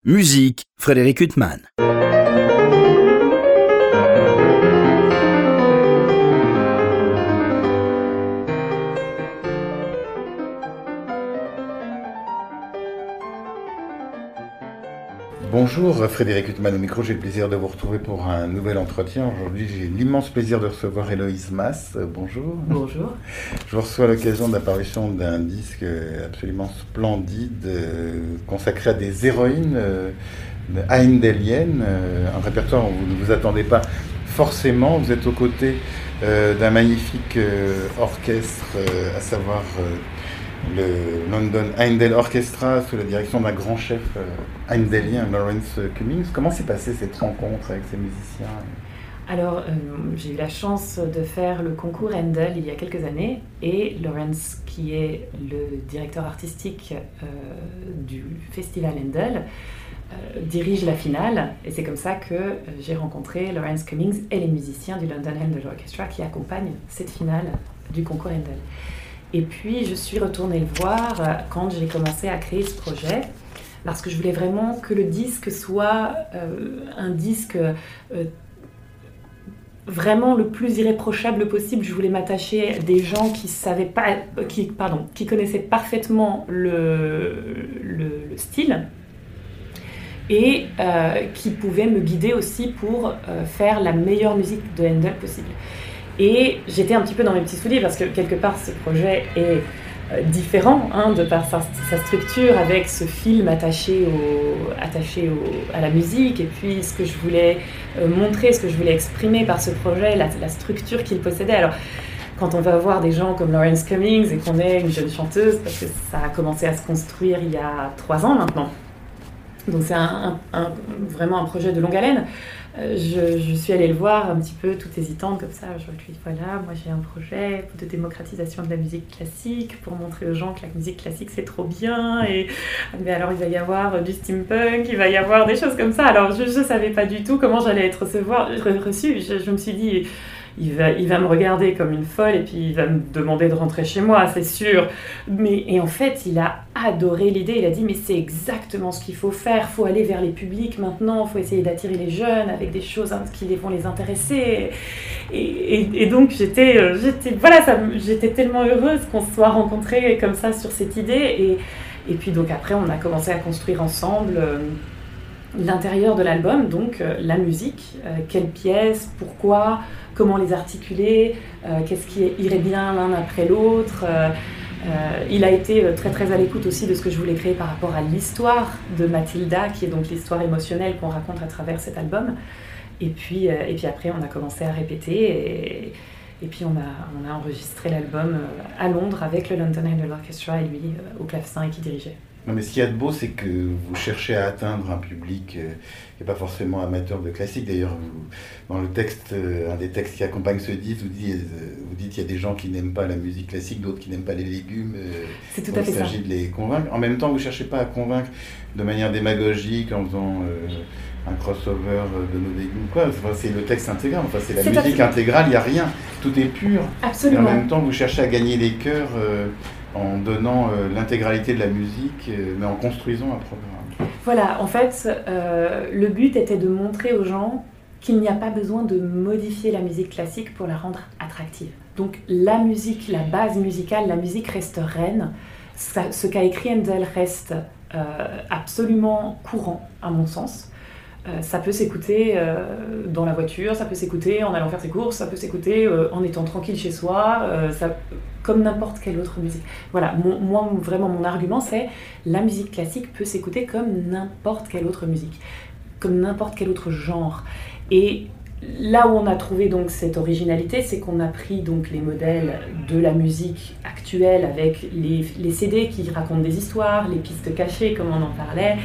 Musique, Frédéric Huttman. Bonjour Frédéric Huttman au micro, j'ai le plaisir de vous retrouver pour un nouvel entretien. Aujourd'hui j'ai l'immense plaisir de recevoir Héloïse Mas. Bonjour. Bonjour. Je vous reçois à l'occasion de l'apparition d'un disque absolument splendide consacré à des héroïnes haendeliennes, un répertoire où vous ne vous attendez pas forcément. Vous êtes aux côtés d'un magnifique orchestre, à savoir le London Haendel Orchestra, sous la direction d'un grand chef haendelien, Lawrence Cummings. Comment s'est passée cette rencontre avec ces musiciens ? Alors, j'ai eu la chance de faire le concours Haendel il y a quelques années, et Lawrence, qui est le directeur artistique du festival Haendel, dirige la finale, et c'est comme ça que j'ai rencontré Lawrence Cummings et les musiciens du London Haendel Orchestra qui accompagnent cette finale du concours Haendel. Et puis, je suis retournée le voir quand j'ai commencé à créer ce projet, parce que je voulais vraiment que le disque soit un disque vraiment le plus irréprochable possible. Je voulais m'attacher à des gens qui connaissaient parfaitement le style et qui pouvaient me guider aussi pour faire la meilleure musique de Haendel possible. Et j'étais un petit peu dans mes petits souliers parce que quelque part ce projet est différent de par sa structure, avec ce film attaché à la musique, et puis ce que je voulais montrer, ce que je voulais exprimer par ce projet, la structure qu'il possédait. Alors quand on va voir des gens comme Lawrence Cummings et qu'on est une jeune chanteuse, parce que ça a commencé à se construire il y a 3 ans maintenant, donc c'est vraiment un projet de longue haleine. Je suis allée le voir un petit peu toute hésitante comme ça. Je lui ai dit voilà, moi j'ai un projet de démocratisation de la musique classique pour montrer aux gens que la musique classique c'est trop bien, mais alors il va y avoir du steampunk, il va y avoir des choses comme ça. Alors je ne savais pas du tout comment j'allais être reçue. Je me suis dit il va me regarder comme une folle et puis il va me demander de rentrer chez moi, c'est sûr. Et en fait, il a adoré l'idée. Il a dit mais c'est exactement ce qu'il faut faire. Il faut aller vers les publics maintenant. Il faut essayer d'attirer les jeunes avec des choses qui vont les intéresser. Et donc j'étais tellement heureuse qu'on se soit rencontrés comme ça sur cette idée. Et puis donc après, on a commencé à construire ensemble l'intérieur de l'album, donc la musique, quelles pièces, pourquoi, comment les articuler, qu'est-ce qui irait bien l'un après l'autre. Il a été très très à l'écoute aussi de ce que je voulais créer par rapport à l'histoire de Mathilda, qui est donc l'histoire émotionnelle qu'on raconte à travers cet album. Et puis après, on a commencé à répéter, et puis on a enregistré l'album à Londres avec le London Haendel Orchestra et lui au clavecin et qui dirigeait. Non, mais ce qu'il y a de beau, c'est que vous cherchez à atteindre un public qui n'est pas forcément amateur de classique. D'ailleurs, dans le texte, un des textes qui accompagne ce disque, vous dites qu'il y a des gens qui n'aiment pas la musique classique, d'autres qui n'aiment pas les légumes. C'est tout à fait ça. Il s'agit de les convaincre. En même temps, vous ne cherchez pas à convaincre de manière démagogique en faisant un crossover de nos légumes. C'est le texte intégral, c'est la musique intégrale, il n'y a rien. Tout est pur. Absolument. Et en même temps, vous cherchez à gagner les cœurs en donnant l'intégralité de la musique, mais en construisant un programme. Voilà, en fait, le but était de montrer aux gens qu'il n'y a pas besoin de modifier la musique classique pour la rendre attractive. Donc la musique, la base musicale, la musique reste reine. Ce qu'a écrit Haendel reste absolument courant, à mon sens. Ça peut s'écouter dans la voiture, ça peut s'écouter en allant faire ses courses, ça peut s'écouter en étant tranquille chez soi, comme n'importe quelle autre musique. Voilà, moi vraiment mon argument c'est la musique classique peut s'écouter comme n'importe quelle autre musique, comme n'importe quel autre genre. Et là où on a trouvé donc cette originalité, c'est qu'on a pris donc les modèles de la musique actuelle avec les CD qui racontent des histoires, les pistes cachées comme on en parlait,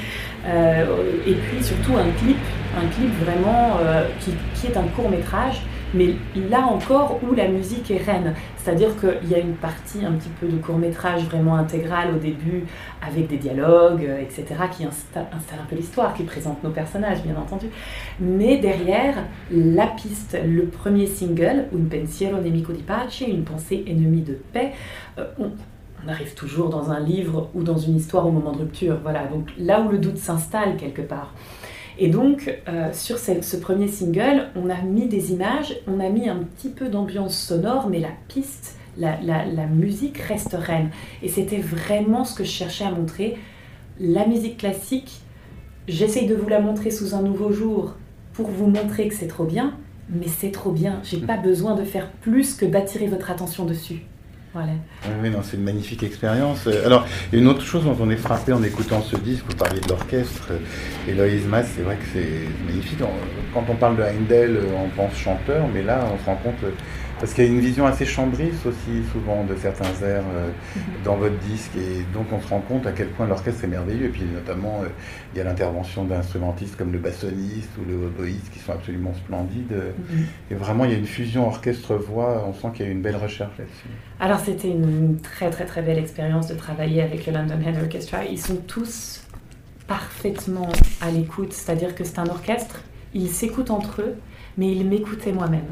et puis surtout un clip vraiment qui est un court-métrage, mais là encore où la musique est reine. C'est-à-dire qu'il y a une partie un petit peu de court-métrage vraiment intégrale au début, avec des dialogues, etc., qui installe un peu l'histoire, qui présente nos personnages, bien entendu. Mais derrière, la piste, le premier single, Un pensiero nemico di pace, une pensée ennemie de paix, on arrive toujours dans un livre ou dans une histoire au moment de rupture. Voilà, donc là où le doute s'installe quelque part. Et donc, sur ce premier single, on a mis des images, on a mis un petit peu d'ambiance sonore, mais la piste, la musique reste reine. Et c'était vraiment ce que je cherchais à montrer. La musique classique, j'essaye de vous la montrer sous un nouveau jour pour vous montrer que c'est trop bien, mais c'est trop bien. J'ai pas besoin de faire plus que d'attirer votre attention dessus. Voilà. Oui, non, c'est une magnifique expérience. Alors, il y a une autre chose dont on est frappé en écoutant ce disque, vous parliez de l'orchestre, Héloïse Mas, c'est vrai que c'est magnifique. Quand on parle de Haendel, on pense chanteur, mais là, on se rend compte, parce qu'il y a une vision assez chambriste aussi, souvent, de certains airs dans votre disque, et donc on se rend compte à quel point l'orchestre est merveilleux, et puis notamment, il y a l'intervention d'instrumentistes comme le bassoniste ou le oboïste qui sont absolument splendides, et vraiment, il y a une fusion orchestre-voix, on sent qu'il y a eu une belle recherche là-dessus. Alors c'était une très très très belle expérience de travailler avec le London Hand Orchestra. Ils sont tous parfaitement à l'écoute, c'est-à-dire que c'est un orchestre, ils s'écoutent entre eux, mais ils m'écoutaient moi-même.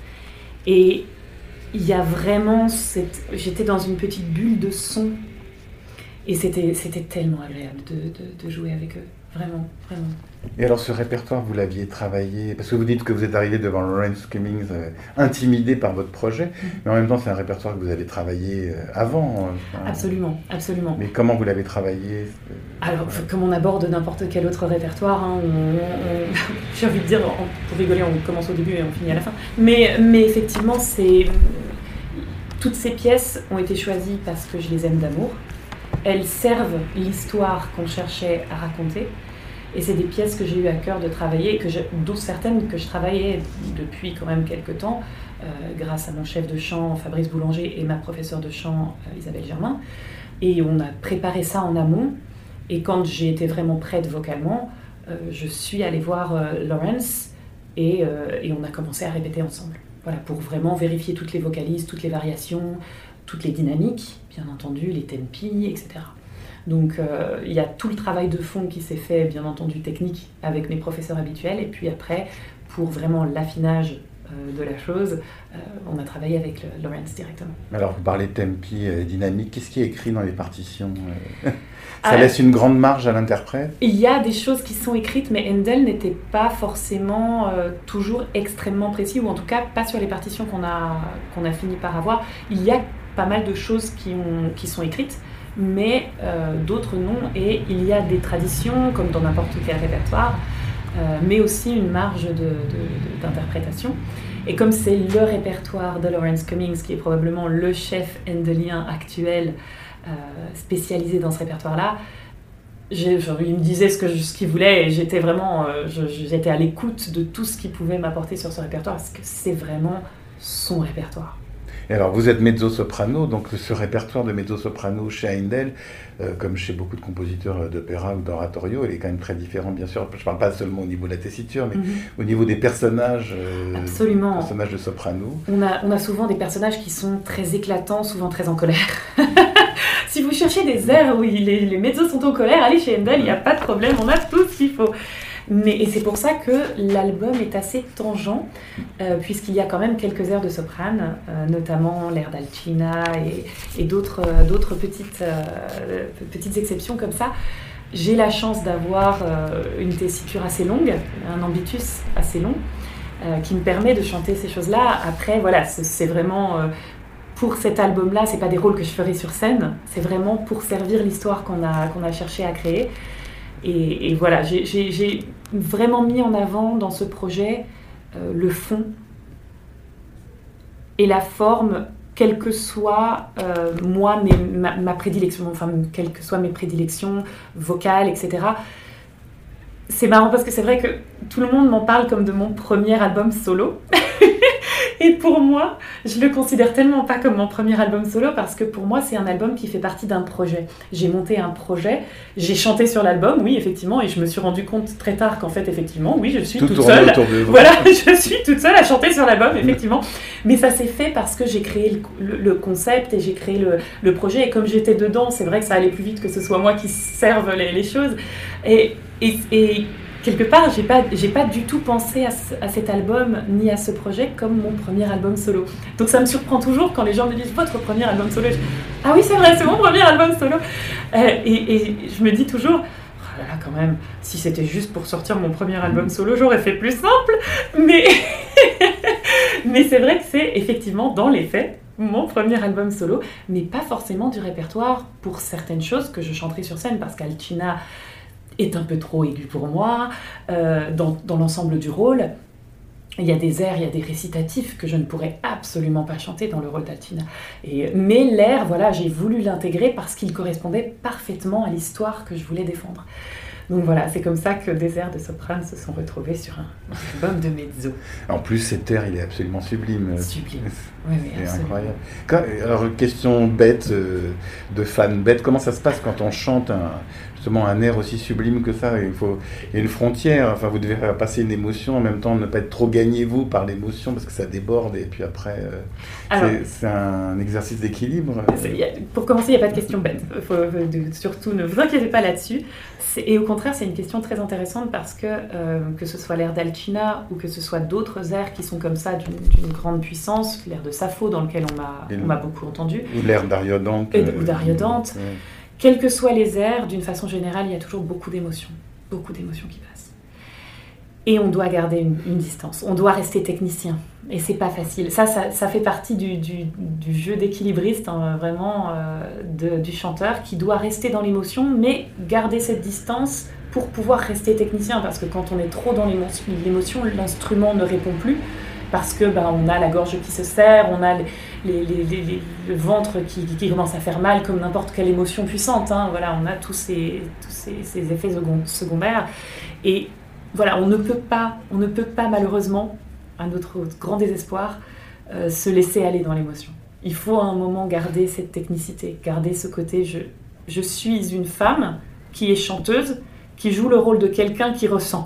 Et il y a vraiment j'étais dans une petite bulle de son, et c'était tellement agréable de jouer avec eux, vraiment, vraiment. Et alors ce répertoire, vous l'aviez travaillé, parce que vous dites que vous êtes arrivé devant Lawrence Cummings intimidé par votre projet, mais en même temps c'est un répertoire que vous avez travaillé avant. Absolument, absolument. Mais comment vous l'avez travaillé? Alors, comme on aborde n'importe quel autre répertoire, hein, j'ai envie de dire, pour rigoler, on commence au début et on finit à la fin. Mais effectivement, toutes ces pièces ont été choisies parce que je les aime d'amour. Elles servent l'histoire qu'on cherchait à raconter. Et c'est des pièces que j'ai eu à cœur de travailler, dont certaines que je travaillais depuis quand même quelques temps, grâce à mon chef de chant Fabrice Boulanger et ma professeure de chant Isabelle Germain. Et on a préparé ça en amont. Et quand j'ai été vraiment prête vocalement, je suis allée voir Lawrence et on a commencé à répéter ensemble. Voilà, pour vraiment vérifier toutes les vocalises, toutes les variations, toutes les dynamiques, bien entendu, les tempi, etc. Donc il y a tout le travail de fond qui s'est fait, bien entendu technique, avec mes professeurs habituels. Et puis après, pour vraiment l'affinage de la chose, on a travaillé avec Lawrence directement. Alors vous parlez de tempi, dynamique, qu'est-ce qui est écrit dans les partitions? Ça laisse une grande marge à l'interprète? Il y a des choses qui sont écrites, mais Haendel n'était pas forcément toujours extrêmement précis, ou en tout cas pas sur les partitions qu'on a fini par avoir. Il y a pas mal de choses qui sont écrites, mais d'autres non, et il y a des traditions, comme dans n'importe quel répertoire, mais aussi une marge d'interprétation. Et comme c'est le répertoire de Lawrence Cummings, qui est probablement le chef handelien actuel spécialisé dans ce répertoire-là, il me disait ce qu'il voulait, et j'étais vraiment j'étais à l'écoute de tout ce qu'il pouvait m'apporter sur ce répertoire, parce que c'est vraiment son répertoire. Et alors, vous êtes mezzo-soprano, donc ce répertoire de mezzo-soprano chez Haendel, comme chez beaucoup de compositeurs d'opéra ou d'oratorio, il est quand même très différent, bien sûr. Je ne parle pas seulement au niveau de la tessiture, mais au niveau des personnages, absolument. Personnages de soprano. On a souvent des personnages qui sont très éclatants, souvent très en colère. Si vous cherchez des airs où les mezzos sont en colère, allez chez Haendel, il n'y a pas de problème, on a tout ce qu'il faut. Et c'est pour ça que l'album est assez tangent, puisqu'il y a quand même quelques airs de soprane, notamment l'air d'Alcina et d'autres petites exceptions comme ça. J'ai la chance d'avoir une tessiture assez longue, un ambitus assez long, qui me permet de chanter ces choses-là. Après, voilà, c'est vraiment... pour cet album-là, c'est pas des rôles que je ferai sur scène, c'est vraiment pour servir l'histoire qu'on a cherché à créer. Et voilà, j'ai vraiment mis en avant dans ce projet le fond et la forme, quelle que soit ma prédilection, enfin, quelles que soient mes prédilections vocales, etc. C'est marrant parce que c'est vrai que tout le monde m'en parle comme de mon premier album solo. Et pour moi, je le considère tellement pas comme mon premier album solo, parce que pour moi, c'est un album qui fait partie d'un projet. J'ai monté un projet, j'ai chanté sur l'album, oui, effectivement, et je me suis rendu compte très tard qu'en fait, effectivement, oui, je suis toute seule. Voilà, je suis toute seule à chanter sur l'album, effectivement. Mais ça s'est fait parce que j'ai créé le concept et j'ai créé le projet. Et comme j'étais dedans, c'est vrai que ça allait plus vite que ce soit moi qui serve les choses. Et quelque part, j'ai pas du tout pensé à cet album ni à ce projet comme mon premier album solo. Donc ça me surprend toujours quand les gens me disent votre premier album solo. Ah oui, c'est vrai, c'est mon premier album solo. Et je me dis toujours, oh là là, quand même, si c'était juste pour sortir mon premier album solo, j'aurais fait plus simple. Mais c'est vrai que c'est effectivement dans les faits mon premier album solo, mais pas forcément du répertoire pour certaines choses que je chanterai sur scène, parce qu'Alcina est un peu trop aigu pour moi, dans l'ensemble du rôle. Il y a des airs, il y a des récitatifs que je ne pourrais absolument pas chanter dans le rôle d'Alcina. Mais l'air, voilà, j'ai voulu l'intégrer parce qu'il correspondait parfaitement à l'histoire que je voulais défendre. Donc voilà, c'est comme ça que des airs de soprane se sont retrouvés sur un album de mezzo. En plus, cet air, il est absolument sublime. Sublime, oui, c'est incroyable. Alors, question bête, de fan bête, comment ça se passe quand on chante justement un air aussi sublime que ça? Il y a une frontière, enfin, vous devez faire passer une émotion, en même temps ne pas être trop gagné vous par l'émotion, parce que ça déborde, et puis après, c'est un exercice d'équilibre. Pour commencer, il n'y a pas de question bête. Surtout, ne vous inquiétez pas là-dessus. Et au contraire, c'est une question très intéressante parce que ce soit l'air d'Alcina ou que ce soit d'autres airs qui sont comme ça d'une grande puissance, l'air de Sappho dans lequel on m'a beaucoup entendu. Ou l'air d'Ariodante. Ou d'Ariodante. Ouais. Quels que soient les airs, d'une façon générale, il y a toujours beaucoup d'émotions qui passent. Et on doit garder une distance, on doit rester technicien. Et c'est pas facile. Ça fait partie du jeu d'équilibriste, hein, vraiment, du chanteur, qui doit rester dans l'émotion, mais garder cette distance pour pouvoir rester technicien. Parce que quand on est trop dans l'émotion, l'instrument ne répond plus. Parce que on a la gorge qui se serre, on a le ventre qui commence à faire mal, comme n'importe quelle émotion puissante. Hein. Voilà, on a tous ces effets secondaires. Et voilà, on ne peut pas malheureusement, à notre grand désespoir, se laisser aller dans l'émotion. Il faut à un moment garder cette technicité, garder ce côté je suis une femme qui est chanteuse, qui joue le rôle de quelqu'un qui ressent.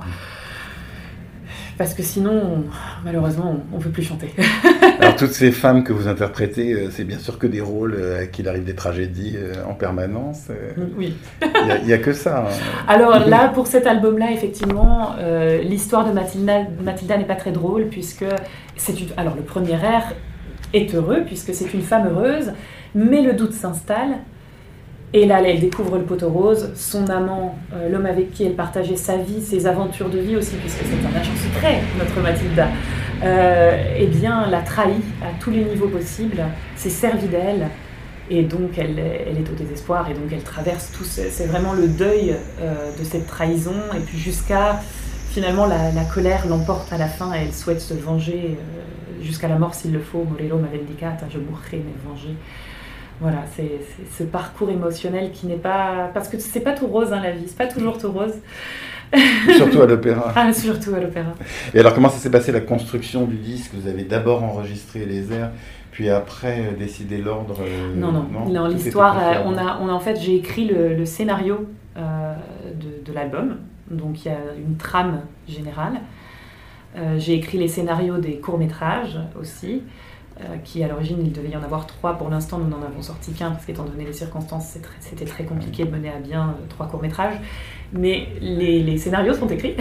Parce que sinon, malheureusement, on ne peut plus chanter. Alors, toutes ces femmes que vous interprétez, c'est bien sûr que des rôles à qui il arrive des tragédies en permanence. Oui. Il n'y a que ça. Hein. Alors là, pour cet album-là, effectivement, l'histoire de Mathilda n'est pas très drôle, puisque alors le premier air est heureux, puisque c'est une femme heureuse, mais le doute s'installe. Et là, elle découvre le poteau rose, son amant, l'homme avec qui elle partageait sa vie, ses aventures de vie aussi, puisque c'est un agent secret, notre Mathilda, eh bien, la trahit à tous les niveaux possibles, s'est servie d'elle, et donc elle est au désespoir, et donc elle traverse tout, c'est vraiment le deuil de cette trahison, et puis jusqu'à, finalement, la colère l'emporte à la fin, et elle souhaite se venger jusqu'à la mort s'il le faut, Morello ma vendicata, je mourrai mais vengée. Voilà, c'est ce parcours émotionnel qui n'est pas... Parce que c'est pas tout rose, hein, la vie, c'est pas toujours tout rose. Surtout à l'opéra. Ah, surtout à l'opéra. Et alors, comment ça s'est passé la construction du disque? Vous avez d'abord enregistré les airs, puis après décidé l'ordre Non, l'histoire... En fait, j'ai écrit le scénario de l'album, donc il y a une trame générale. J'ai écrit les scénarios des courts-métrages aussi. Qui à l'origine il devait y en avoir 3, pour l'instant nous n'en avons sorti qu'un parce qu'étant donné les circonstances c'était très compliqué de mener à bien 3 courts-métrages, mais les scénarios sont écrits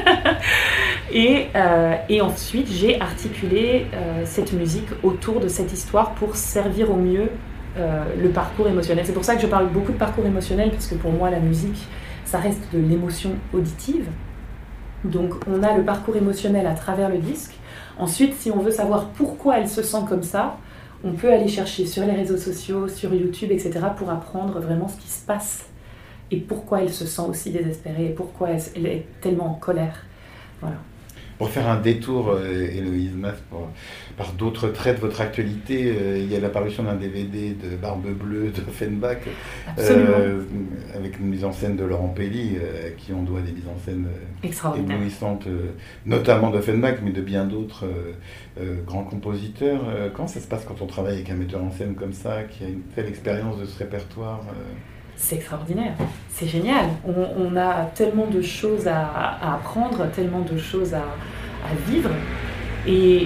et ensuite j'ai articulé cette musique autour de cette histoire pour servir au mieux le parcours émotionnel. C'est pour ça que je parle beaucoup de parcours émotionnel, parce que pour moi la musique ça reste de l'émotion auditive, donc on a le parcours émotionnel à travers le disque. Ensuite, si on veut savoir pourquoi elle se sent comme ça, on peut aller chercher sur les réseaux sociaux, sur YouTube, etc. pour apprendre vraiment ce qui se passe et pourquoi elle se sent aussi désespérée et pourquoi elle est tellement en colère. Voilà. Pour faire un détour, Héloïse Mas, par d'autres traits de votre actualité, il y a l'apparition d'un DVD de Barbe Bleue d'Offenbach, avec une mise en scène de Laurent Pelli, à qui on doit des mises en scène éblouissantes, notamment d'Offenbach, mais de bien d'autres grands compositeurs. Comment ça se passe quand on travaille avec un metteur en scène comme ça, qui a une telle expérience de ce répertoire C'est extraordinaire, c'est génial. On a tellement de choses à apprendre, tellement de choses à vivre. Et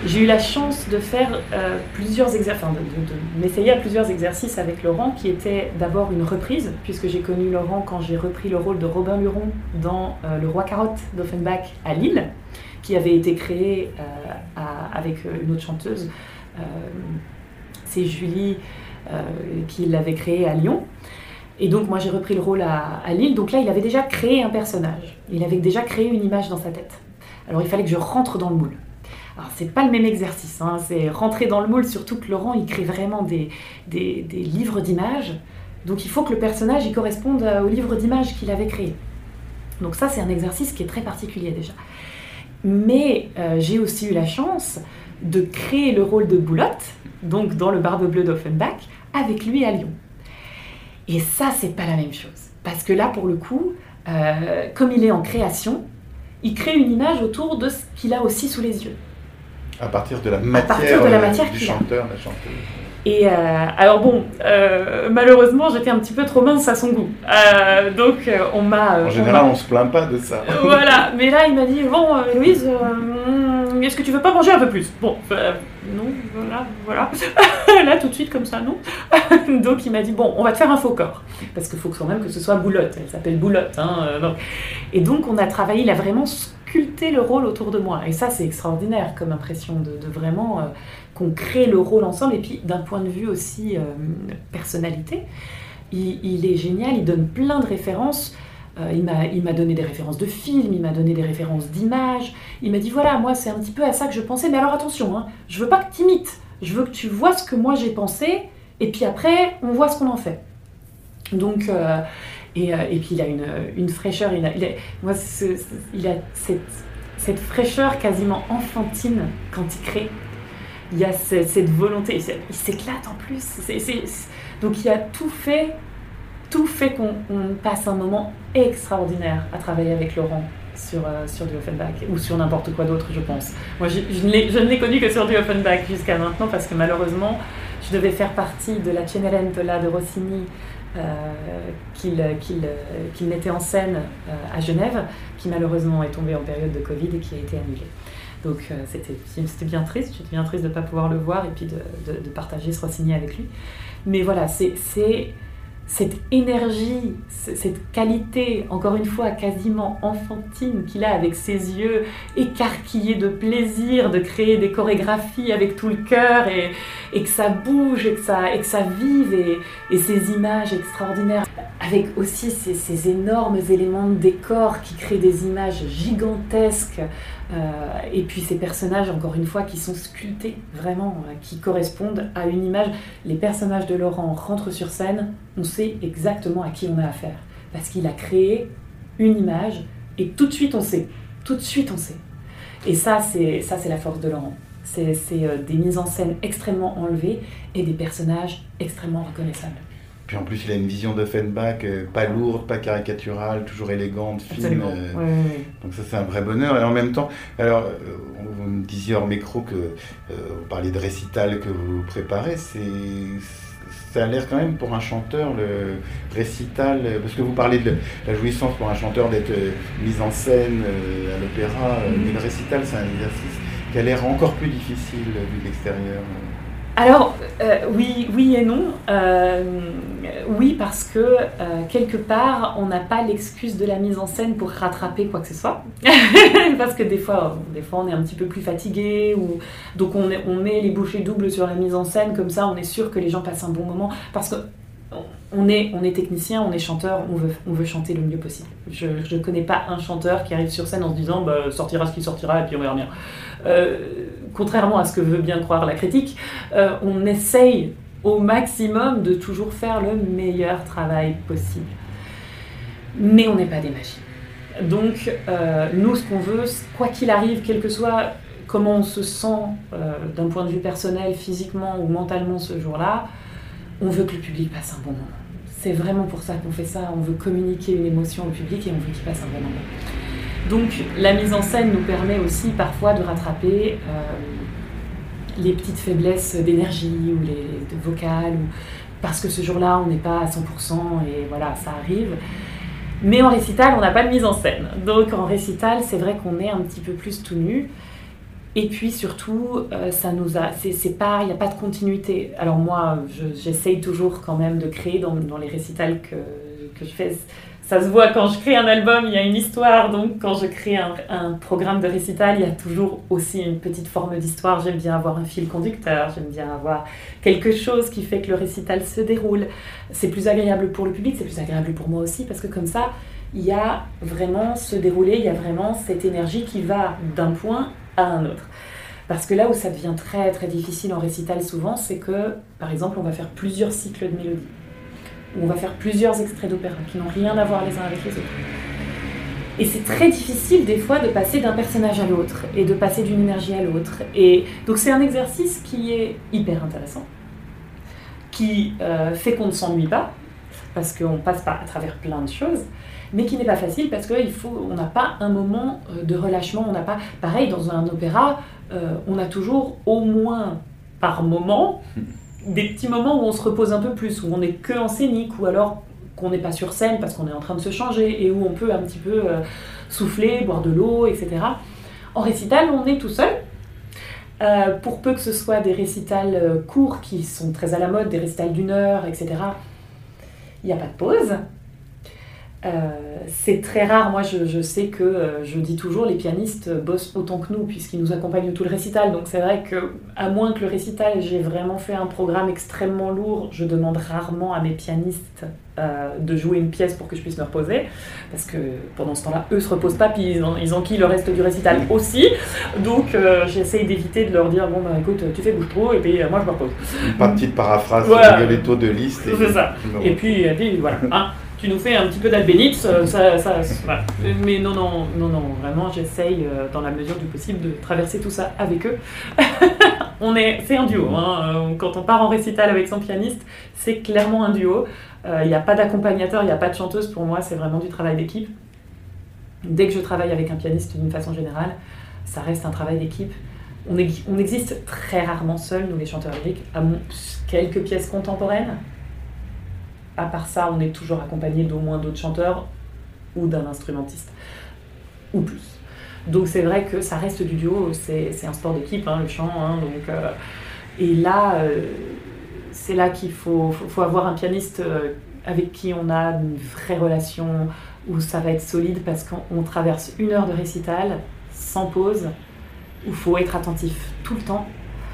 J'ai eu la chance de faire plusieurs exercices, enfin de m'essayer à plusieurs exercices avec Laurent, qui était d'abord une reprise, puisque j'ai connu Laurent quand j'ai repris le rôle de Robin Luron dans Le Roi Carotte d'Offenbach à Lille, qui avait été créé avec une autre chanteuse, c'est Julie qui l'avait créé à Lyon. Et donc moi j'ai repris le rôle à Lille, donc là il avait déjà créé un personnage, il avait déjà créé une image dans sa tête. Alors il fallait que je rentre dans le moule. Alors c'est pas le même exercice, hein, c'est rentrer dans le moule, surtout que Laurent il crée vraiment des livres d'images, donc il faut que le personnage il corresponde au livre d'images qu'il avait créé. Donc ça c'est un exercice qui est très particulier déjà. Mais j'ai aussi eu la chance de créer le rôle de Boulotte, donc dans le Barbe Bleue d'Offenbach, avec lui à Lyon. Et ça c'est pas la même chose, parce que là pour le coup, comme il est en création, il crée une image autour de ce qu'il a aussi sous les yeux. À partir de la matière, du chanteur, la chanteuse. Et alors bon, malheureusement, j'étais un petit peu trop mince à son goût. Donc on m'a... En général, on se plaint pas de ça. Voilà, mais là, il m'a dit, bon, Louise, est-ce que tu veux pas manger un peu plus ? Bon, non, voilà. Là, tout de suite, comme ça, non. Donc il m'a dit, bon, on va te faire un faux corps. Parce qu'il faut quand même que ce soit Boulotte. Elle s'appelle Boulotte. Donc. Et donc, on a travaillé, il a vraiment sculpté le rôle autour de moi. Et ça, c'est extraordinaire comme impression de vraiment... qu'on crée le rôle ensemble, et puis d'un point de vue aussi personnalité, il est génial, il donne plein de références, il m'a donné des références de films, il m'a donné des références d'images, il m'a dit voilà, moi c'est un petit peu à ça que je pensais, mais alors attention, hein, je veux pas que tu imites, je veux que tu vois ce que moi j'ai pensé, et puis après on voit ce qu'on en fait. Donc, et puis il a une fraîcheur, il a cette fraîcheur quasiment enfantine quand il crée. Il y a cette volonté, il s'éclate en plus. Donc il y a tout fait qu'on passe un moment extraordinaire à travailler avec Laurent sur du Offenbach, ou sur n'importe quoi d'autre, je pense. Moi, je ne l'ai connu que sur du Offenbach jusqu'à maintenant, parce que malheureusement, je devais faire partie de la Cenerentola de Rossini qu'il mettait en scène à Genève, qui malheureusement est tombée en période de Covid et qui a été annulée. Donc c'était bien triste, j'étais bien triste de ne pas pouvoir le voir et puis de partager ce Rossini avec lui. Mais voilà, c'est cette énergie, cette qualité, encore une fois, quasiment enfantine qu'il a avec ses yeux écarquillés de plaisir, de créer des chorégraphies avec tout le cœur et que ça bouge et que ça vive et ces images extraordinaires. Avec aussi ces énormes éléments de décor qui créent des images gigantesques et puis ces personnages, encore une fois, qui sont sculptés, vraiment, qui correspondent à une image. Les personnages de Laurent rentrent sur scène, on sait exactement à qui on a affaire. Parce qu'il a créé une image et tout de suite on sait. Et ça, c'est la force de Laurent. C'est des mises en scène extrêmement enlevées et des personnages extrêmement reconnaissables. Puis en plus, il a une vision d'Offenbach, pas lourde, pas caricaturale, toujours élégante, fine. Oui. Donc ça, c'est un vrai bonheur. Et en même temps, alors, vous me disiez hors micro que vous parliez de récital que vous préparez. Ça a l'air quand même pour un chanteur, le récital, parce que vous parlez de la jouissance pour un chanteur d'être mis en scène à l'opéra, mais le récital, c'est un exercice qui a l'air encore plus difficile vu de l'extérieur. Alors, oui et non. Oui, parce que quelque part, on n'a pas l'excuse de la mise en scène pour rattraper quoi que ce soit. Parce que des fois, on est un petit peu plus fatigué, donc on met les bouchées doubles sur la mise en scène, comme ça on est sûr que les gens passent un bon moment. Parce que on est technicien, on est chanteur, on veut chanter le mieux possible. Je ne connais pas un chanteur qui arrive sur scène en se disant sortira ce qui sortira et puis on verra bien. Contrairement à ce que veut bien croire la critique, on essaye au maximum de toujours faire le meilleur travail possible. Mais on n'est pas des machines. Donc nous, ce qu'on veut, quoi qu'il arrive, quel que soit comment on se sent d'un point de vue personnel, physiquement ou mentalement ce jour-là, on veut que le public passe un bon moment. C'est vraiment pour ça qu'on fait ça, on veut communiquer une émotion au public et on veut qu'il passe un bon moment. Donc la mise en scène nous permet aussi parfois de rattraper les petites faiblesses d'énergie ou de vocales, parce que ce jour-là on n'est pas à 100% et voilà, ça arrive. Mais en récital, on n'a pas de mise en scène. Donc en récital, c'est vrai qu'on est un petit peu plus tout nu. Et puis surtout, c'est pas, il n'y a pas de continuité. Alors moi, j'essaye toujours quand même de créer dans les récitals que je fais. Ça se voit quand je crée un album, il y a une histoire. Donc quand je crée un programme de récital, il y a toujours aussi une petite forme d'histoire. J'aime bien avoir un fil conducteur, j'aime bien avoir quelque chose qui fait que le récital se déroule. C'est plus agréable pour le public, c'est plus agréable pour moi aussi, parce que comme ça, il y a vraiment ce déroulé, il y a vraiment cette énergie qui va d'un point à un autre. Parce que là où ça devient très très difficile en récital souvent, c'est que, par exemple, on va faire plusieurs cycles de mélodies, ou on va faire plusieurs extraits d'opéra qui n'ont rien à voir les uns avec les autres. Et c'est très difficile des fois de passer d'un personnage à l'autre, et de passer d'une énergie à l'autre. Et donc c'est un exercice qui est hyper intéressant, qui fait qu'on ne s'ennuie pas, parce qu'on passe pas à travers plein de choses, mais qui n'est pas facile parce qu'on n'a pas un moment de relâchement, on n'a pas... Pareil, dans un opéra, on a toujours au moins par moment des petits moments où on se repose un peu plus, où on n'est que en scénique, ou alors qu'on n'est pas sur scène parce qu'on est en train de se changer, et où on peut un petit peu souffler, boire de l'eau, etc. En récital, on est tout seul. Pour peu que ce soit des récitals courts qui sont très à la mode, des récitals d'1 heure, etc., il n'y a pas de pause. C'est très rare, moi je sais que je dis toujours les pianistes bossent autant que nous puisqu'ils nous accompagnent tout le récital, donc c'est vrai que à moins que le récital j'ai vraiment fait un programme extrêmement lourd, je demande rarement à mes pianistes de jouer une pièce pour que je puisse me reposer, parce que pendant ce temps-là eux se reposent pas, puis ils enquillent le reste du récital aussi, donc j'essaye d'éviter de leur dire bon bah écoute tu fais bouge-trou et puis moi je me repose. Une petite paraphrase voilà. de Violetto de Liszt. C'est ça, et puis voilà. Hein. Tu nous fais un petit peu d'Albénitz, voilà. Mais non, vraiment, j'essaye, dans la mesure du possible, de traverser tout ça avec eux. C'est un duo, hein. Quand on part en récital avec son pianiste, c'est clairement un duo. Il n'y a pas d'accompagnateur, il n'y a pas de chanteuse, pour moi, c'est vraiment du travail d'équipe. Dès que je travaille avec un pianiste, d'une façon générale, ça reste un travail d'équipe. On existe très rarement seuls, nous les chanteurs lyriques, à quelques pièces contemporaines. À part ça, on est toujours accompagné d'au moins d'autres chanteurs ou d'un instrumentiste, ou plus. Donc c'est vrai que ça reste du duo, c'est un sport d'équipe, hein, le chant. Hein, donc, et là, c'est là qu'il faut avoir un pianiste avec qui on a une vraie relation, où ça va être solide, parce qu'on traverse 1 heure de récital, sans pause, où il faut être attentif tout le temps.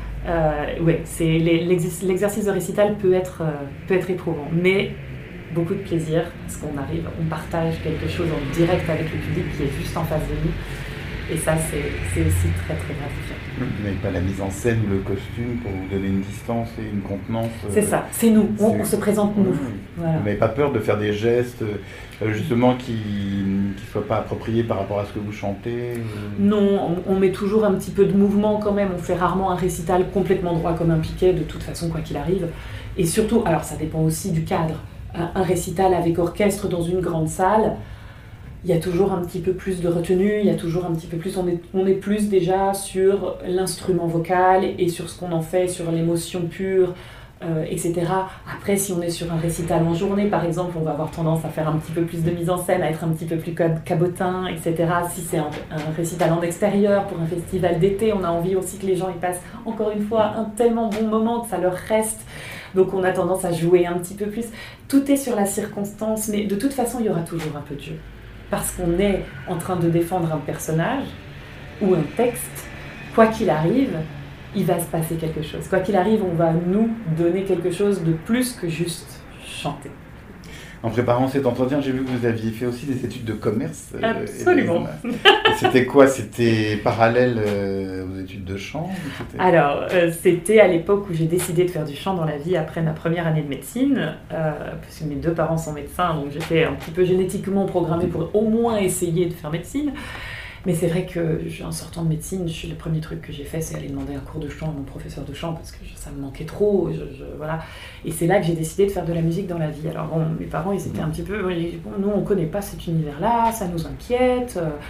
Ouais, l'exercice de récital peut être éprouvant, mais beaucoup de plaisir parce on partage quelque chose en direct avec le public qui est juste en face de nous, et ça c'est aussi très très gratifiant. Vous n'avez pas la mise en scène, le costume pour vous donner une distance et une contenance. C'est ça, c'est nous, on se présente nous. Voilà. Vous n'avez pas peur de faire des gestes justement qui ne soient pas appropriés par rapport à ce que vous chantez Non, on met toujours un petit peu de mouvement quand même, on fait rarement un récital complètement droit comme un piquet, de toute façon quoi qu'il arrive. Et surtout, alors ça dépend aussi du cadre, un récital avec orchestre dans une grande salle, il y a toujours un petit peu plus de retenue, il y a toujours un petit peu plus, on est plus déjà sur l'instrument vocal et sur ce qu'on en fait, sur l'émotion pure, etc. Après, si on est sur un récital en journée, par exemple, on va avoir tendance à faire un petit peu plus de mise en scène, à être un petit peu plus cabotin, etc. Si c'est un récital en extérieur, pour un festival d'été, on a envie aussi que les gens y passent, encore une fois, un tellement bon moment, que ça leur reste. Donc on a tendance à jouer un petit peu plus. Tout est sur la circonstance, mais de toute façon, il y aura toujours un peu de jeu. Parce qu'on est en train de défendre un personnage ou un texte, quoi qu'il arrive, il va se passer quelque chose. Quoi qu'il arrive, on va nous donner quelque chose de plus que juste chanter. En préparant cet entretien, j'ai vu que vous aviez fait aussi des études de commerce. Absolument. C'était quoi? C'était parallèle aux études de chant? Alors, c'était à l'époque où j'ai décidé de faire du chant dans la vie après ma première année de médecine, parce que mes 2 parents sont médecins, donc j'étais un petit peu génétiquement programmée pour au moins essayer de faire médecine. Mais c'est vrai que en sortant de médecine, le premier truc que j'ai fait, c'est aller demander un cours de chant à mon professeur de chant, parce que ça me manquait trop, voilà. Et c'est là que j'ai décidé de faire de la musique dans la vie. Alors bon, mes parents, ils étaient un petit peu... Bon, nous, on connaît pas cet univers-là, ça nous inquiète.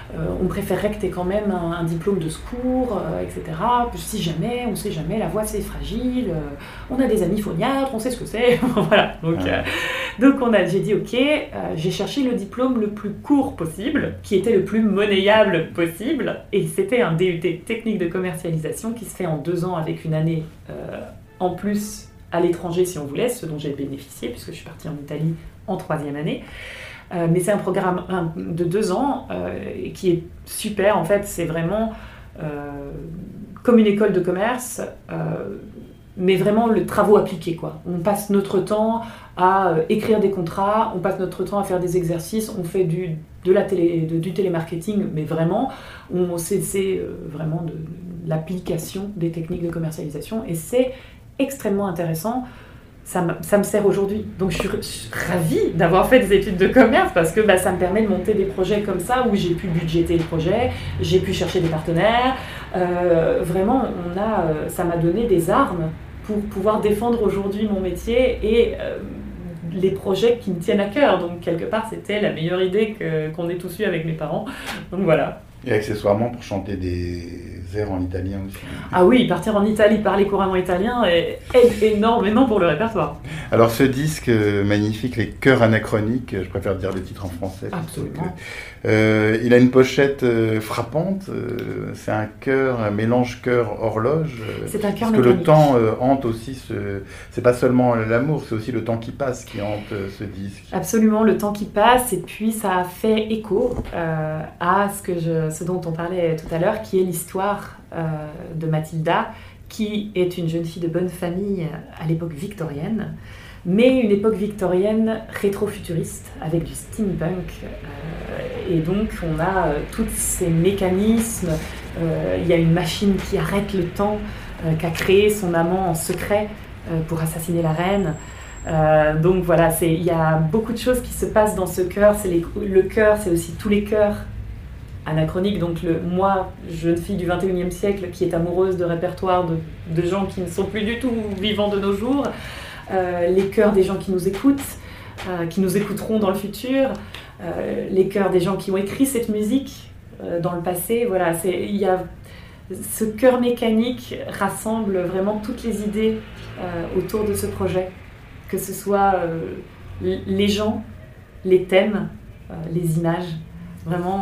on préférerait que tu aies quand même un diplôme de secours, etc. Si jamais, on ne sait jamais, la voix c'est fragile, on a des amis phoniatres, on sait ce que c'est. Voilà. Donc j'ai dit ok, j'ai cherché le diplôme le plus court possible, qui était le plus monnayable possible, et c'était un DUT technique de commercialisation qui se fait en 2 ans avec une année en plus à l'étranger si on voulait, ce dont j'ai bénéficié puisque je suis partie en Italie en 3e année. Mais c'est un programme de 2 ans qui est super. En fait, c'est vraiment comme une école de commerce, mais vraiment le travaux appliqués, quoi. On passe notre temps à écrire des contrats, on passe notre temps à faire des exercices, on fait du télémarketing, mais vraiment, c'est vraiment de l'application des techniques de commercialisation, et c'est extrêmement intéressant. Ça me sert aujourd'hui. Donc je suis ravie d'avoir fait des études de commerce parce que ça me permet de monter des projets comme ça où j'ai pu budgéter le projet, j'ai pu chercher des partenaires. Vraiment, ça m'a donné des armes pour pouvoir défendre aujourd'hui mon métier et les projets qui me tiennent à cœur. Donc quelque part, c'était la meilleure idée qu'on ait tous eue avec mes parents. Donc voilà. Et accessoirement pour chanter des airs en italien aussi. Ah oui, partir en Italie, parler couramment italien aide énormément pour le répertoire. Alors ce disque magnifique, Les Chœurs Anachroniques, je préfère dire le titre en français. Absolument. Il a une pochette frappante, c'est un mélange chœur-horloge. C'est un chœur mécanique. Parce que le temps hante aussi, c'est pas seulement l'amour, c'est aussi le temps qui passe qui hante ce disque. Absolument, le temps qui passe, et puis ça a fait écho à ce dont on parlait tout à l'heure, qui est l'histoire de Mathilda, qui est une jeune fille de bonne famille à l'époque victorienne, mais une époque victorienne rétro-futuriste, avec du steampunk. Et donc on a tous ces mécanismes, il y a une machine qui arrête le temps, qu'a créé son amant en secret pour assassiner la reine. Donc voilà, il y a beaucoup de choses qui se passent dans ce chœur. Le chœur, c'est aussi tous les chœurs anachroniques. Donc moi, jeune fille du 21e siècle qui est amoureuse de répertoire de gens qui ne sont plus du tout vivants de nos jours. Les chœurs des gens qui nous écoutent, qui nous écouteront dans le futur. Les chœurs des gens qui ont écrit cette musique dans le passé. Voilà, ce chœur mécanique rassemble vraiment toutes les idées autour de ce projet. Que ce soit les gens, les thèmes, les images. Vraiment,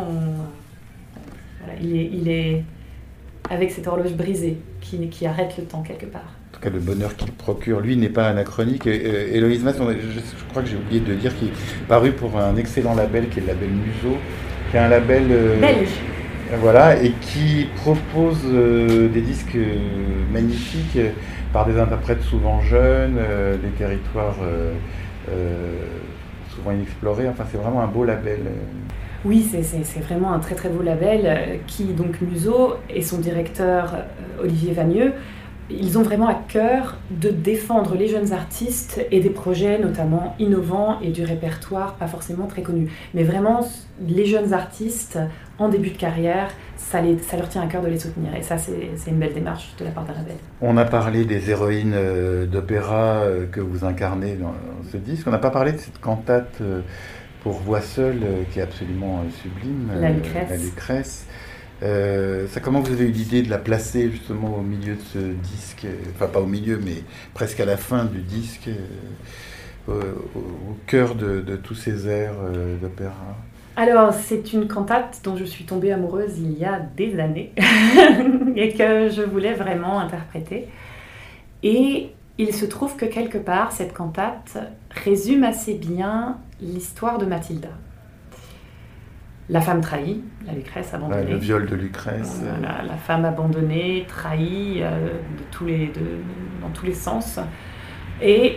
il est avec cette horloge brisée qui arrête le temps quelque part. En tout cas, le bonheur qu'il procure, lui, n'est pas anachronique. Héloïse Mas, je crois que j'ai oublié de dire qu'il est paru pour un excellent label qui est le label Muso, qui est un label belge. Voilà, et qui propose des disques magnifiques par des interprètes souvent jeunes, des territoires souvent inexplorés. Enfin, c'est vraiment un beau label. Oui, c'est vraiment un très très beau label donc Muso et son directeur Olivier Vagneux, ils ont vraiment à cœur de défendre les jeunes artistes et des projets notamment innovants et du répertoire pas forcément très connu. Mais vraiment, les jeunes artistes en début de carrière, ça leur tient à cœur de les soutenir. Et ça, c'est une belle démarche de la part d'un label. On a parlé des héroïnes d'opéra que vous incarnez dans ce disque. On n'a pas parlé de cette cantate pour voix seule qui est absolument sublime. La Lucrèce. La Lucrèce. Comment vous avez eu l'idée de la placer justement au milieu de ce disque, enfin pas au milieu mais presque à la fin du disque, au cœur de tous ces airs d'opéra? Alors c'est une cantate dont je suis tombée amoureuse il y a des années et que je voulais vraiment interpréter, et il se trouve que quelque part cette cantate résume assez bien l'histoire de Mathilda. La femme trahie, la Lucrèce abandonnée. Le viol de Lucrèce. Voilà, la femme abandonnée, trahie dans tous les sens. Et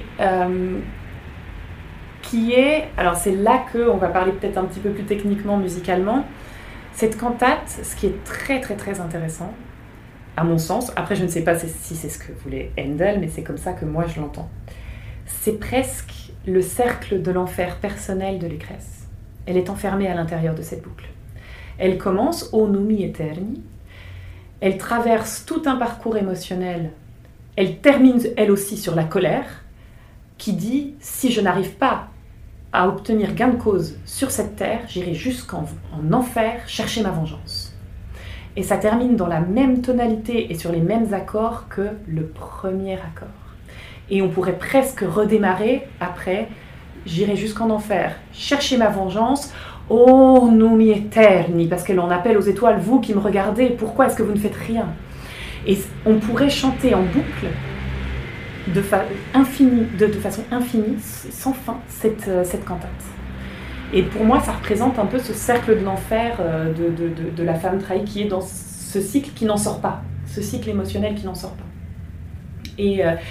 qui est... Alors c'est là qu'on va parler peut-être un petit peu plus techniquement, musicalement. Cette cantate, ce qui est très très très intéressant, à mon sens, après je ne sais pas si c'est ce que voulait Handel, mais c'est comme ça que moi je l'entends. C'est presque le cercle de l'enfer personnel de Lucrèce. Elle est enfermée à l'intérieur de cette boucle. Elle commence au Numi Eterni, elle traverse tout un parcours émotionnel, elle termine elle aussi sur la colère, qui dit « si je n'arrive pas à obtenir gain de cause sur cette terre, j'irai jusqu'en enfer chercher ma vengeance. Et ça termine dans la même tonalité et sur les mêmes accords que le premier accord. Et on pourrait presque redémarrer après, j'irai jusqu'en enfer chercher ma vengeance. Oh, numi eterni, parce qu'elle en appelle aux étoiles, vous qui me regardez, pourquoi est-ce que vous ne faites rien? Et on pourrait chanter en boucle de façon infinie, sans fin, cette cantate. Et pour moi, ça représente un peu ce cercle de l'enfer de la femme trahie qui est dans ce cycle qui n'en sort pas, ce cycle émotionnel qui n'en sort pas. Et alors,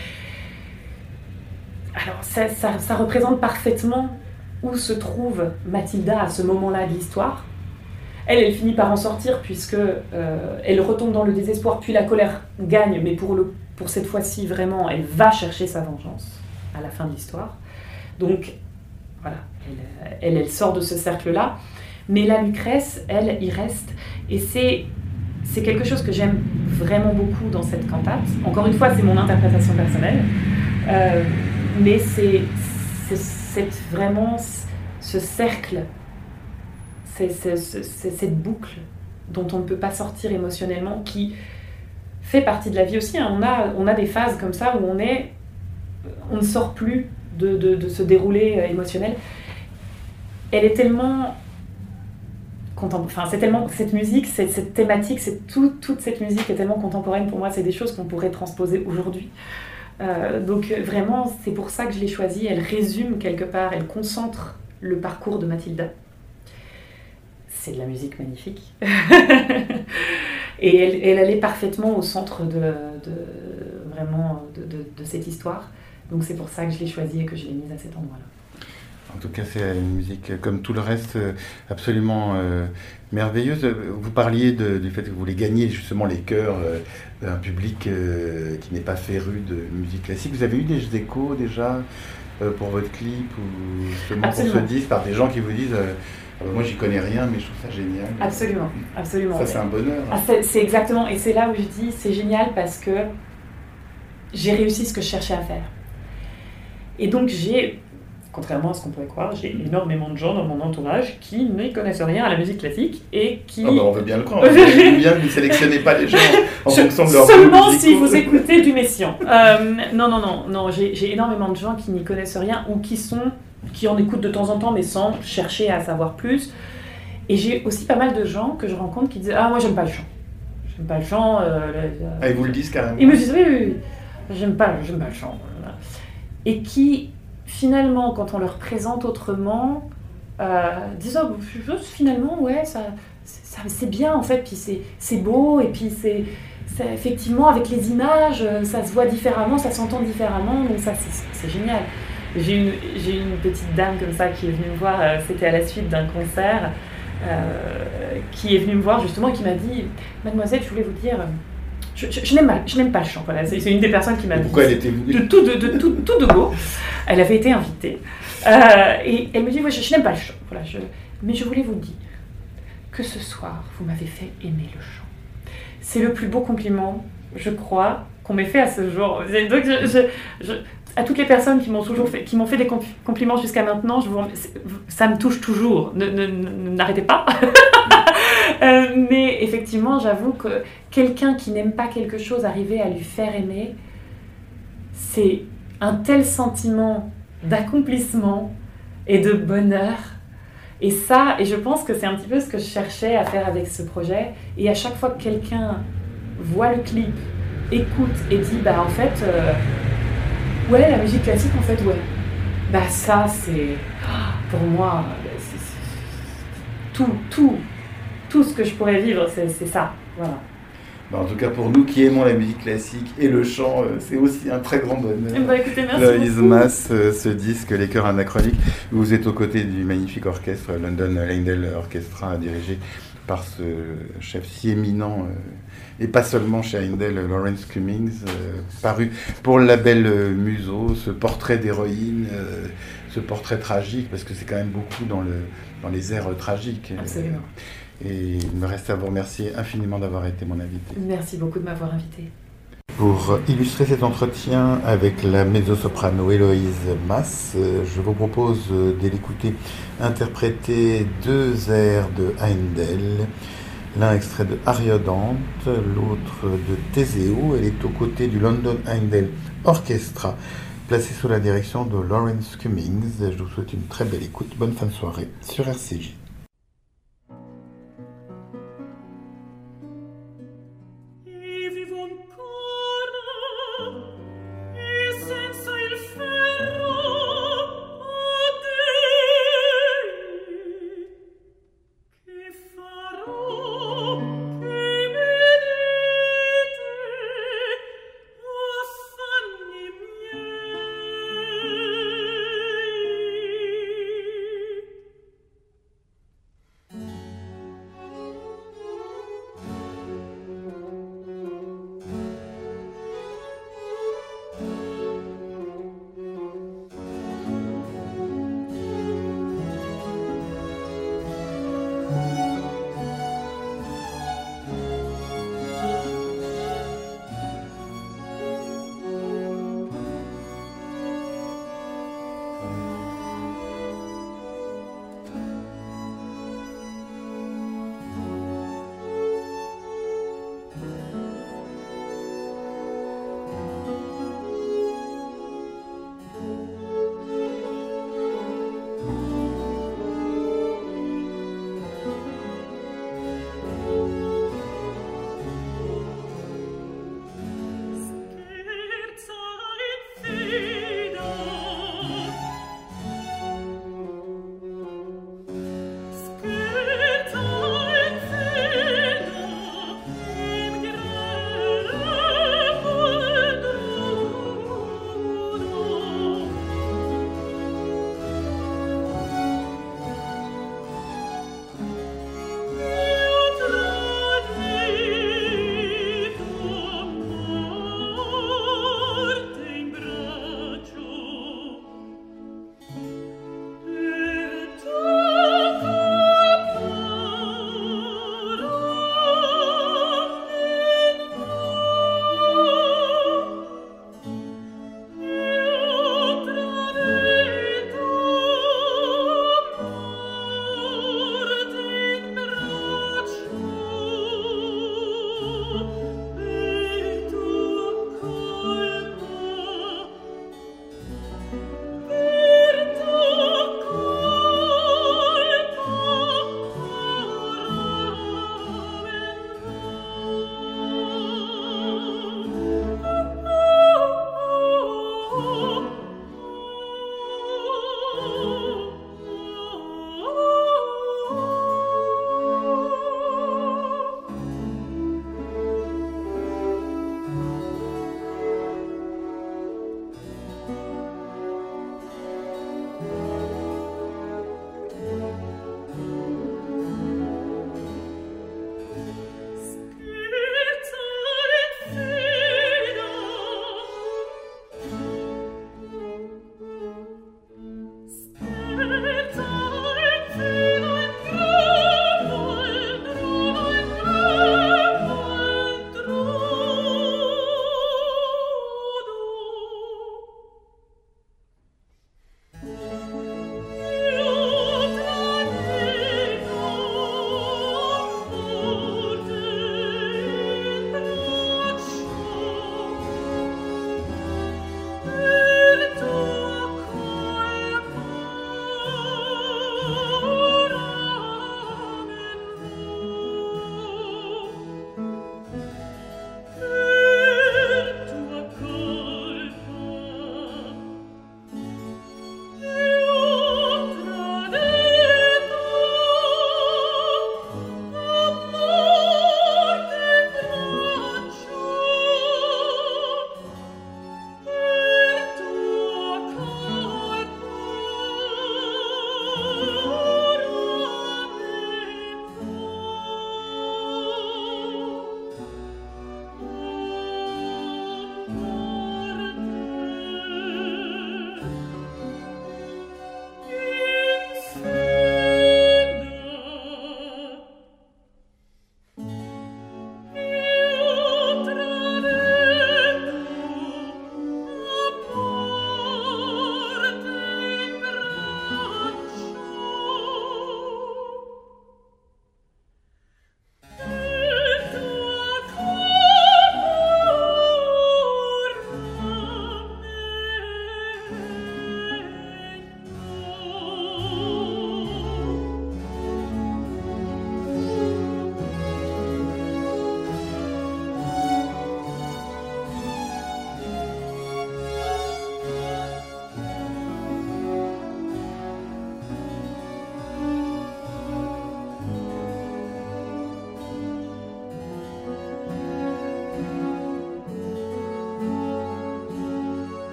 ça représente parfaitement où se trouve Mathilda à ce moment-là de l'histoire. Elle finit par en sortir puisque elle retombe dans le désespoir, puis la colère gagne, mais pour cette fois-ci, vraiment, elle va chercher sa vengeance à la fin de l'histoire. Donc, voilà, elle sort de ce cercle-là. Mais la Lucrèce, elle, y reste. Et c'est quelque chose que j'aime vraiment beaucoup dans cette cantate. Encore une fois, c'est mon interprétation personnelle. Mais c'est vraiment ce cercle, c'est cette boucle dont on ne peut pas sortir émotionnellement, qui fait partie de la vie aussi. Hein. On a des phases comme ça où on ne sort plus de ce déroulé émotionnel. Elle est tellement... c'est tellement cette musique, cette thématique, toute cette musique est tellement contemporaine pour moi, c'est des choses qu'on pourrait transposer aujourd'hui. Donc vraiment, c'est pour ça que je l'ai choisie. Elle résume quelque part, elle concentre le parcours de Mathilda. C'est de la musique magnifique. Et elle allait parfaitement au centre de cette histoire. Donc c'est pour ça que je l'ai choisie et que je l'ai mise à cet endroit-là. En tout cas, c'est une musique, comme tout le reste, absolument merveilleuse. Vous parliez du fait que vous voulez gagner justement les cœurs d'un public qui n'est pas féru de musique classique. Vous avez eu des échos déjà pour votre clip ou justement Absolument. Pour ce disque par des gens qui vous disent moi j'y connais rien mais je trouve ça génial. Absolument, absolument. Ça c'est un bonheur. C'est exactement, et c'est là où je dis c'est génial parce que j'ai réussi ce que je cherchais à faire. Et donc contrairement à ce qu'on pourrait croire, j'ai énormément de gens dans mon entourage qui ne connaissent rien à la musique classique et qui... on veut bien le croire, on bien que vous ne sélectionnez pas les gens en fonction de leur seulement si vous écoutez du Messiaen. Non, j'ai énormément de gens qui n'y connaissent rien ou qui en écoutent de temps en temps mais sans chercher à savoir plus. Et j'ai aussi pas mal de gens que je rencontre qui disent « Ah, moi j'aime pas le chant. J'aime pas le chant. » ils vous le disent carrément. Ils me disent « Oui, j'aime pas le chant. » Et qui... Finalement, quand on leur présente autrement, disent oh, finalement, ouais, ça, c'est bien en fait, puis c'est beau, et puis c'est effectivement avec les images, ça se voit différemment, ça s'entend différemment, donc ça c'est génial. J'ai une petite dame comme ça qui est venue me voir, c'était à la suite d'un concert, qui est venue me voir justement et qui m'a dit « Mademoiselle, je voulais vous dire... » Je n'aime pas le chant. Voilà. C'est une des personnes qui m'a dit. Pourquoi elle était venue ? De tout de go. Elle avait été invitée. Et elle me dit ouais, je n'aime pas le chant. Voilà, mais je voulais vous dire que ce soir, vous m'avez fait aimer le chant. C'est le plus beau compliment, je crois, qu'on m'ait fait à ce jour. Donc, à toutes les personnes qui m'ont fait des compliments jusqu'à maintenant, ça me touche toujours. N'arrêtez pas. Mais effectivement, j'avoue que quelqu'un qui n'aime pas quelque chose, arriver à lui faire aimer, c'est un tel sentiment d'accomplissement et de bonheur. Et je pense que c'est un petit peu ce que je cherchais à faire avec ce projet. Et à chaque fois que quelqu'un voit le clip, écoute et dit, bah en fait, ouais, la musique classique, en fait, ouais. Bah ça, c'est, pour moi, c'est tout ce que je pourrais vivre, c'est ça, voilà. En tout cas, pour nous qui aimons la musique classique et le chant, c'est aussi un très grand bonheur. Écoutez, merci Lise Mas, ce disque, Les Chœurs Anachroniques. Vous êtes aux côtés du magnifique orchestre London Haendel Orchestra, dirigé par ce chef si éminent, et pas seulement chez Haendel, Lawrence Cummings, paru pour le label Museau, ce portrait d'héroïne, ce portrait tragique, parce que c'est quand même beaucoup dans les airs tragiques. Absolument. Et il me reste à vous remercier infiniment d'avoir été mon invité. Merci beaucoup de m'avoir invité. Pour illustrer cet entretien avec la mezzo-soprano Héloïse Mas, je vous propose de l'écouter interpréter 2 airs de Haendel, l'un extrait de Ariodante, l'autre de Teseo. Elle est aux côtés du London Haendel Orchestra, placé sous la direction de Lawrence Cummings. Je vous souhaite une très belle écoute. Bonne fin de soirée sur RCJ.